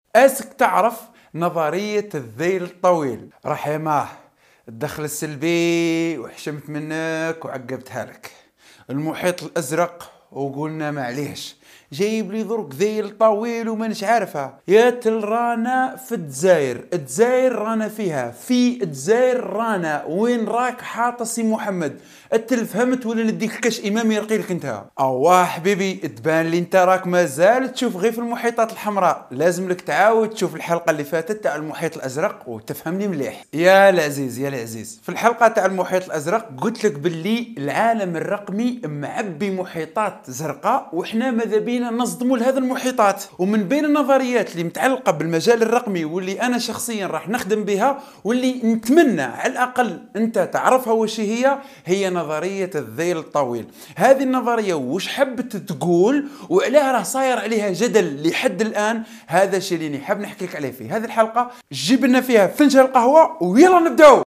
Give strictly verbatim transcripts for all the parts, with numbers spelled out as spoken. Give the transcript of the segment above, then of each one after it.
اسك تعرف نظرية الذيل الطويل؟ رحماه الدخل السلبي وحشمت منك وعقبتها لك. المحيط الازرق وقلنا معليش، جايب لي درك ذيل طويل ومانش عارفها. يا تل رانا في الجزائر، الجزائر رانا فيها، في الجزائر رانا وين راك حاط سي محمد؟ التل فهمت ولا نديك كاش امام يرقي لك انت؟ اواه حبيبي، تبان لي انت راك مازال تشوف غير في المحيطات الحمراء، لازم لك تعاود تشوف الحلقه اللي فاتت تاع المحيط الازرق وتفهمني مليح. يا العزيز يا العزيز، في الحلقه تاع المحيط الازرق قلت لك باللي العالم الرقمي معبي محيطات زرقاء وحنا ماذا بينا نصدموا لهذه المحيطات. ومن بين النظريات اللي متعلقه بالمجال الرقمي واللي انا شخصيا راح نخدم بها واللي نتمنى على الاقل انت تعرفها وش هي، هي نظريه الذيل الطويل. هذه النظريه وش حبت تقول وعلاه راه صاير عليها جدل لحد الان، هذا الشيء اللي حاب نحكي لك عليه في هذه الحلقه. جيب لنا فيها فنجان القهوه ويلا نبداو.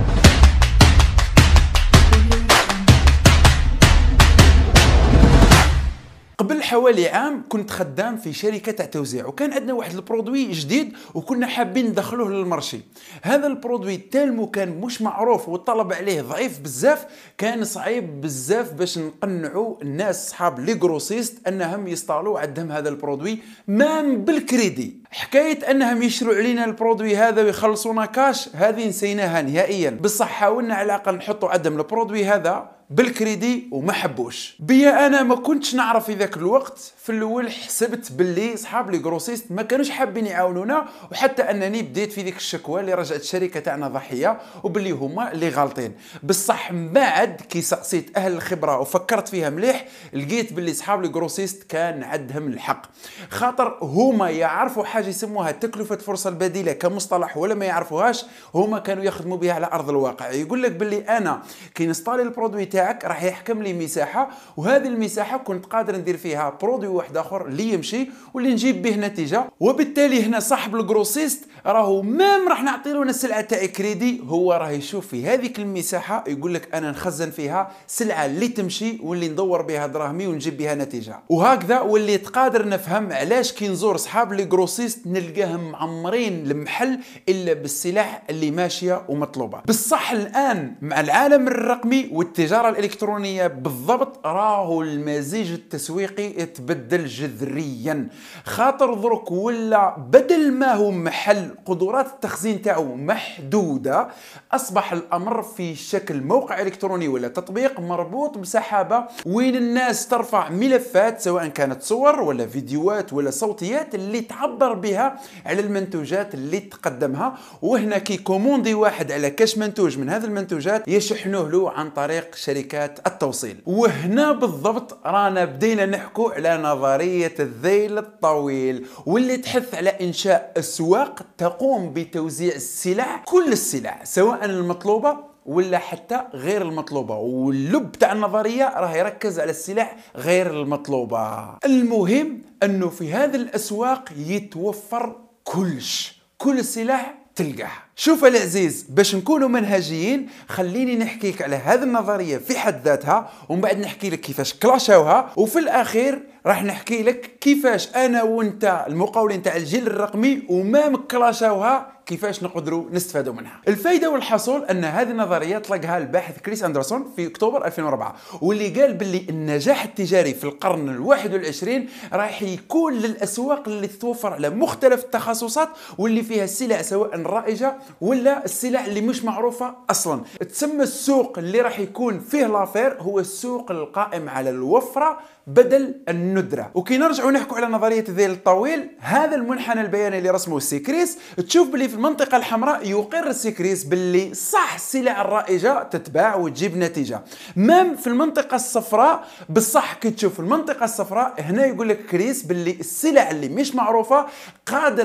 قبل حوالي عام كنت خدام في شركة تاع توزيع، وكان عندنا واحد البرودوي جديد وكنا حابين ندخلوه للمارشي. هذا البرودوي تالمو كان مش معروف والطلب عليه ضعيف بزاف، كان صعيب بزاف باش نقنعوا الناس صحاب لي جروسيست انهم يستالوا عندهم هذا البرودوي مام بالكريدي. حكايه انهم يشروا علينا البرودوي هذا ويخلصونا كاش هذه نسيناها نهائيا، بصح حاولنا على الاقل نحطوا عندهم البرودوي هذا بالكريدي وما حبوش بيا. انا ما كنتش نعرف في ذاك الوقت، في الاول حسبت باللي صحاب لي جروسيست ما كانوش حابين يعاونونا، وحتى انني بديت في ذيك الشكوى اللي رجعت الشركه تاعنا ضحيه وباللي هما اللي غالطين. بصح من بعد كي سقسيت اهل الخبره وفكرت فيها مليح لقيت باللي صحاب لي جروسيست كان عندهم الحق، خاطر هما يعرفوا حاجه يسموها تكلفه فرصه البديله كمصطلح ولا ما يعرفوهاش، هما كانوا يخدموا بها على ارض الواقع. يقول لك باللي انا كي نستالي البرودوي تاعك راح يحكم لي مساحه، وهذه المساحه كنت قادر ندير فيها برودوي واحد اخر اللي يمشي واللي نجيب به نتيجه. وبالتالي هنا صاحب الجروسيست راهو مام راح نعطي له السلعه تاعي كريدي، هو راه يشوف في هذيك المساحه يقول لك انا نخزن فيها سلعه اللي تمشي واللي ندور بها دراهمي ونجيب بها نتيجه. وهكذا وليت قادر نفهم علاش كي نزور صحاب لي جروسيست نلقاهم معمرين المحل الا بالسلع اللي ماشيه ومطلوبه. بصح الان مع العالم الرقمي والتجاره الالكترونيه بالضبط راهو المزيج التسويقي يتبدل جذريا، خاطر درك ولا بدل ما هو محل قدرات التخزين تاعو محدوده، اصبح الامر في شكل موقع الكتروني ولا تطبيق مربوط بسحابه وين الناس ترفع ملفات سواء كانت صور ولا فيديوهات ولا صوتيات اللي تعبر بها على المنتوجات اللي تقدمها. وهنا كي كوموندي واحد على كاش منتوج من هذه المنتوجات يشحنوه له عن طريق شركات التوصيل. وهنا بالضبط رانا بدينا نحكو على نظرية الذيل الطويل واللي تحث على إنشاء أسواق تقوم بتوزيع السلع، كل السلع سواء المطلوبة ولا حتى غير المطلوبة. واللب تاع النظرية راه يركز على السلع غير المطلوبة. المهم أنه في هذه الأسواق يتوفر كلش، كل السلع تلقاه. شوف العزيز، باش نكونوا منهجيين خليني نحكيك على هذه النظرية في حد ذاتها ومن بعد نحكي لك كيفاش كلاشوها، وفي الأخير راح نحكي لك كيفاش أنا وانت المقاولين تاع الجيل الرقمي وما مكلاشوها كيفاش نقدروا نستفادوا منها. الفائده والحصول ان هذه النظريه طلقها الباحث كريس اندرسون في اكتوبر ألفين وأربعة، واللي قال باللي النجاح التجاري في القرن الواحد والعشرين راح يكون للاسواق اللي تتوفر على مختلف التخصصات واللي فيها السلع سواء رائجه ولا السلع اللي مش معروفه اصلا. تسمى السوق اللي راح يكون فيه لافير هو السوق القائم على الوفره بدل الندره. وكي نرجعوا نحكوا على نظريه الذيل الطويل، هذا المنحنى البياني اللي رسمه السي كريس، تشوف باللي في المنطقه الحمراء يقر السي كريس باللي صح السلع الرائجه تتباع وتجيب نتيجه، مام في المنطقه الصفراء. بصح كي تشوف المنطقه الصفراء هنا يقول لك كريس باللي السلع اللي مش معروفه قادره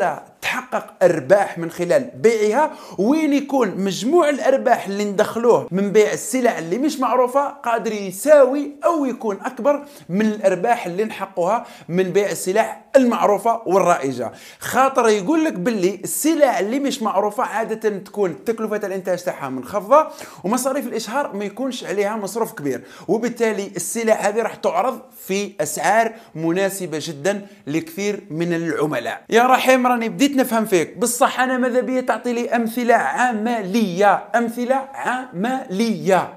تحقق ارباح من خلال بيعها، وين يكون مجموع الارباح اللي ندخلوه من بيع السلع اللي مش معروفه قادر يساوي او يكون اكبر من الارباح اللي نحققوها من بيع السلع المعروفه والرائجه. خاطر يقول لك باللي السلع اللي مش معروفه عاده تكون تكلفه الانتاج تاعها منخفضه ومصاريف الاشهار ما يكونش عليها مصروف كبير، وبالتالي السلع هذه راح تعرض في اسعار مناسبه جدا لكثير من العملاء. يا رحيم راني بديت نفهم فيك، بصح انا ماذا بيا تعطي لي امثله عمليه، امثله عمليه.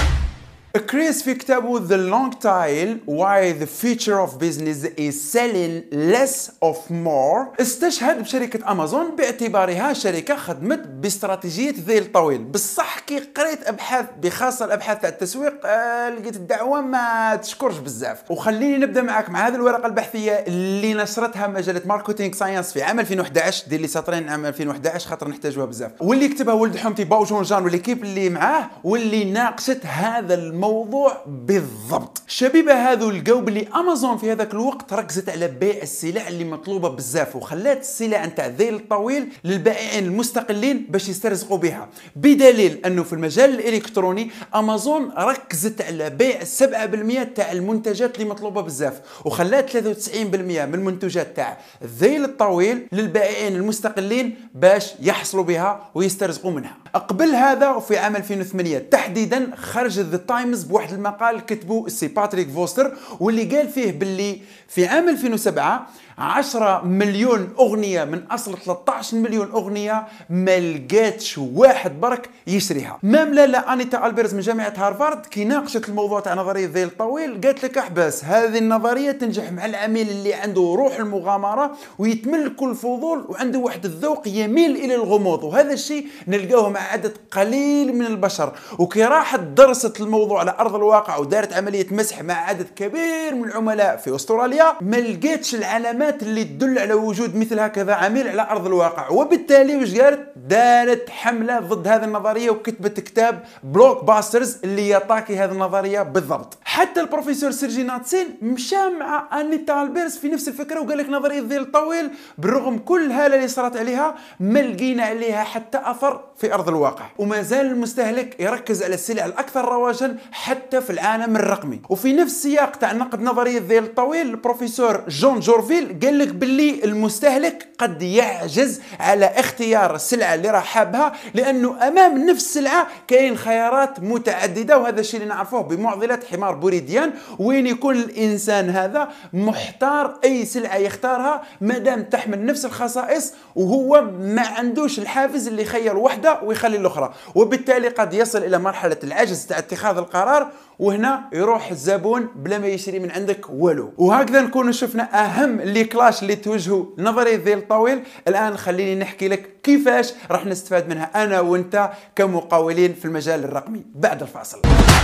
كريس في كتابه The Long Tail Why the Future of Business is Selling Less of More استشهد بشركة أمازون باعتبارها شركة خدمت باستراتيجية ذيل طويل. بصح كي قريت أبحاث بخاصة الأبحاث تاع التسويق آه لقيت الدعوة ما تشكرش بزاف. وخليني نبدأ معك مع هذه الورقة البحثية اللي نشرتها مجلة ماركتينغ ساينس في عام ألفين وأحد عشر. دير لي سطرين عام ألفين وأحد عشر خاطر نحتاجوها بزاف، واللي كتبها ولد حومتي باو جون جان والليكيب اللي معاه، واللي ناقشت هذا الموضوع موضوع بالضبط. الشبيبه هذو لقاو بلي امازون في هذاك الوقت ركزت على بيع السلع اللي مطلوبه بزاف، وخلات السلع نتاع ذيل الطويل للبائعين المستقلين باش يسترزقوا بها، بدليل انه في المجال الالكتروني امازون ركزت على بيع سبعة بالمئة تاع المنتجات اللي مطلوبه بزاف، وخلات ثلاثة وتسعين بالمئة من المنتجات تاع الذيل الطويل للبائعين المستقلين باش يحصلوا بها ويسترزقوا منها. قبل هذا وفي عام ألفين وثمانية تحديدا خرج ذا تايمز بواحد المقال كتبه السي باتريك فوستر، واللي قال فيه باللي في عام ألفين وسبعة عشرة مليون أغنية من أصل ثلاثة عشر مليون أغنية ما لقاتش واحد برك يشريها. ماملا لا أنيتا ألبرز من جامعة هارفارد كي ناقشت الموضوع تاع نظرية ذيل الطويل قالت لك احبس، هذه النظرية تنجح مع العميل اللي عنده روح المغامرة ويتملك الفضول وعنده واحد الذوق يميل إلى الغموض، وهذا الشيء نلقاه مع عدد قليل من البشر. وكي راحت درست الموضوع على أرض الواقع ودارت عملية مسح مع عدد كبير من العملاء في أستراليا ما لقيتش العلامات اللي تدل على وجود مثل هكذا عميل على ارض الواقع، وبالتالي وش قالت؟ دارت حمله ضد هذه النظريه وكتبت كتاب بلوك باسترز اللي يعطاكي هذه النظريه بالضبط. حتى البروفيسور سيرجي ناتسين مشى مع انيتا ألبرز في نفس الفكره وقال لك نظريه ذيل الطويل بالرغم كل الهاله اللي صارت عليها ما لقينا عليها حتى اثر في ارض الواقع، وما زال المستهلك يركز على السلع الاكثر رواجا حتى في العالم الرقمي. وفي نفس السياق تاع نقد نظريه ذيل الطويل البروفيسور جون جورفيل قال لك باللي المستهلك قد يعجز على اختيار السلعه اللي راح حابها لانه امام نفس السلعه كاين خيارات متعدده، وهذا الشيء اللي نعرفوه بمعضله حمار بوريديان، وين يكون الانسان هذا محتار اي سلعه يختارها ما دام تحمل نفس الخصائص وهو ما عندوش الحافز اللي يخير واحده ويخلي الاخرى، وبالتالي قد يصل الى مرحله العجز تاع اتخاذ القرار، وهنا يروح الزبون بلا ما يشري من عندك والو. وهكذا نكون شفنا اهم لي كلاش اللي توجهوا نظريه ذيل الطويل. الان خليني نحكي لك كيفاش راح نستفاد منها انا وانت كمقاولين في المجال الرقمي بعد الفاصل.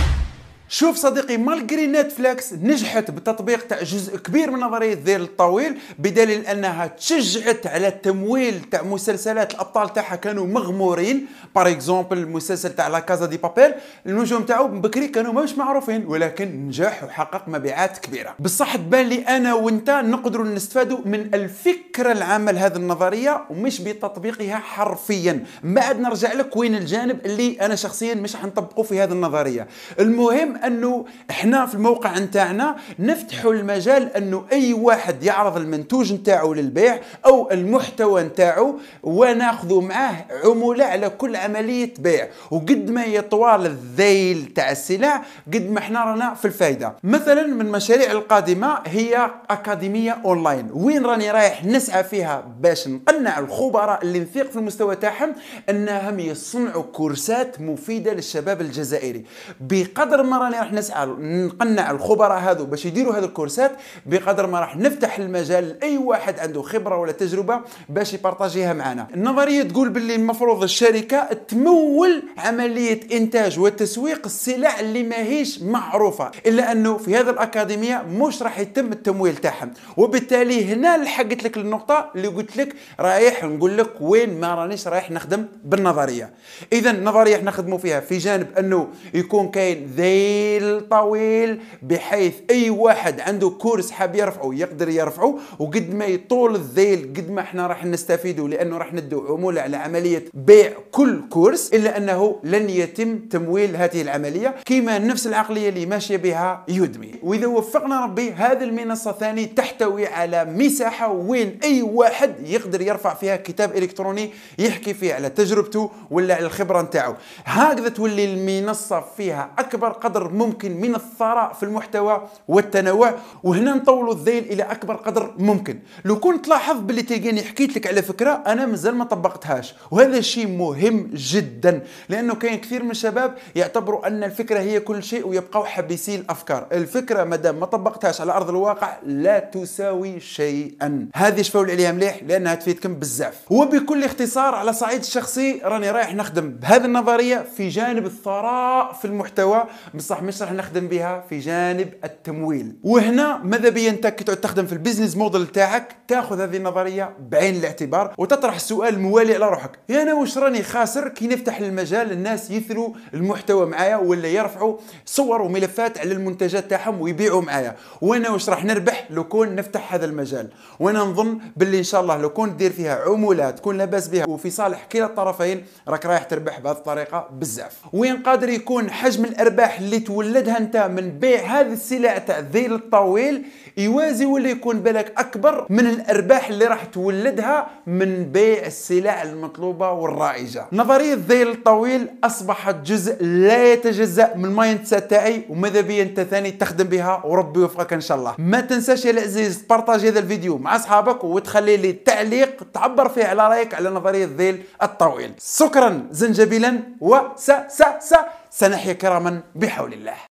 شوف صديقي، مالغري نتفليكس نجحت بالتطبيق تاع جزء كبير من نظريه ذيل الطويل بدليل انها تشجعت على التمويل تاع مسلسلات الابطال تاعها كانوا مغمورين. بار اكزومبل المسلسل تاع لا كازا دي بابيل النجوم تاعو بكري كانوا مش معروفين ولكن نجح وحقق مبيعات كبيره. بصح تبان لي انا وانت نقدروا نستفادوا من الفكره العامه لهذه النظريه ومش بتطبيقها حرفيا. بعد نرجع لك وين الجانب اللي انا شخصيا مش حنطبقه في هذه النظريه. المهم انه احنا في الموقع نتاعنا نفتحوا المجال انه اي واحد يعرض المنتوج نتاعو للبيع او المحتوى نتاعو وناخذوا معاه عموله على كل عمليه بيع، وقد ما يطوال الذيل تاع السلع قد ما احنا رانا في الفايده. مثلا من المشاريع القادمه هي اكاديميه اونلاين وين راني رايح نسعى فيها باش نقنع الخبراء اللي نثيق في المستوى تاعهم انهم يصنعوا كورسات مفيده للشباب الجزائري. بقدر ما راني راح نسعى نقنع الخبراء هذو باش يديروا هذه الكورسات بقدر ما راح نفتح المجال لاي واحد عنده خبره ولا تجربه باش يبارطاجيها معنا. النظريه تقول باللي المفروض الشركه تمول عمليه انتاج وتسويق السلع اللي ماهيش معروفه، الا انه في هذه الاكاديميه مش راح يتم التمويل تاعهم، وبالتالي هنا لحقت لك النقطه اللي قلت لك رايح نقول لك وين ما رانيش رايح نخدم بالنظريه. اذا النظريه احنا نخدموا فيها في جانب انه يكون كاين ذي ذيل طويل بحيث اي واحد عنده كورس حاب يرفعه يقدر يرفعه، وقد ما يطول الذيل قد ما احنا راح نستفيدوا، لانه راح ندو عمولة على عملية بيع كل كورس، الا انه لن يتم تمويل هذه العملية كما نفس العقلية اللي ماشية بها يودمي. واذا وفقنا ربي هذه المنصة ثاني تحتوي على مساحة وين اي واحد يقدر يرفع فيها كتاب الكتروني يحكي فيه على تجربته ولا على الخبرة نتاعو. هكذا تولي المنصة فيها اكبر قدر ممكن من الثراء في المحتوى والتنوع، وهنا نطولوا الذيل الى اكبر قدر ممكن. لو كنت تلاحظ باللي تلقاني حكيت لك على فكرة انا مازال ما طبقتهاش، وهذا الشيء مهم جدا، لانه كاين كثير من الشباب يعتبروا ان الفكرة هي كل شيء ويبقوا حبيسين الافكار. الفكرة مادام ما طبقتهاش على ارض الواقع لا تساوي شيئا. هذه شفاول عليها مليح لانها تفيدكم بزاف. وبكل اختصار على صعيد الشخصي راني رايح نخدم بهذه النظرية في جانب الثراء في المحتوى، بصح مش راح نخدم بها في جانب التمويل. وهنا ماذا بيا انت كي تعود تخدم في البيزنس موديل تاعك تاخذ هذه النظرية بعين الاعتبار وتطرح السؤال الموالي على روحك، يا انا واش راني خاسر كي نفتح المجال الناس يثروا المحتوى معايا ولا يرفعوا صور وملفات على المنتجات تاعهم ويبيعوا معايا، وانا واش راح نربح لو كون نفتح هذا المجال. وانا نظن باللي ان شاء الله لو كون دير فيها عمولة تكون لاباس بها وفي صالح كلا الطرفين راك رايح تربح بهذه الطريقة بزاف. وين قادر يكون حجم الارباح اللي تولدها انت من بيع هذه السلع تاع الذيل الطويل يوازي ولا يكون بالك اكبر من الارباح اللي راح تولدها من بيع السلع المطلوبة والرائجة. نظرية الذيل الطويل اصبحت جزء لا يتجزأ من المايند سيت تاعي، وماذا بيا انت ثاني تخدم بها وربي يوفقك ان شاء الله. ما تنساش يا العزيز تبارطاجي هذا الفيديو مع اصحابك وتخلي لي تعليق تعبر فيه على رايك على نظرية الذيل الطويل. شكرا زنجبيلا وس س س سنحيا كراما بحول الله.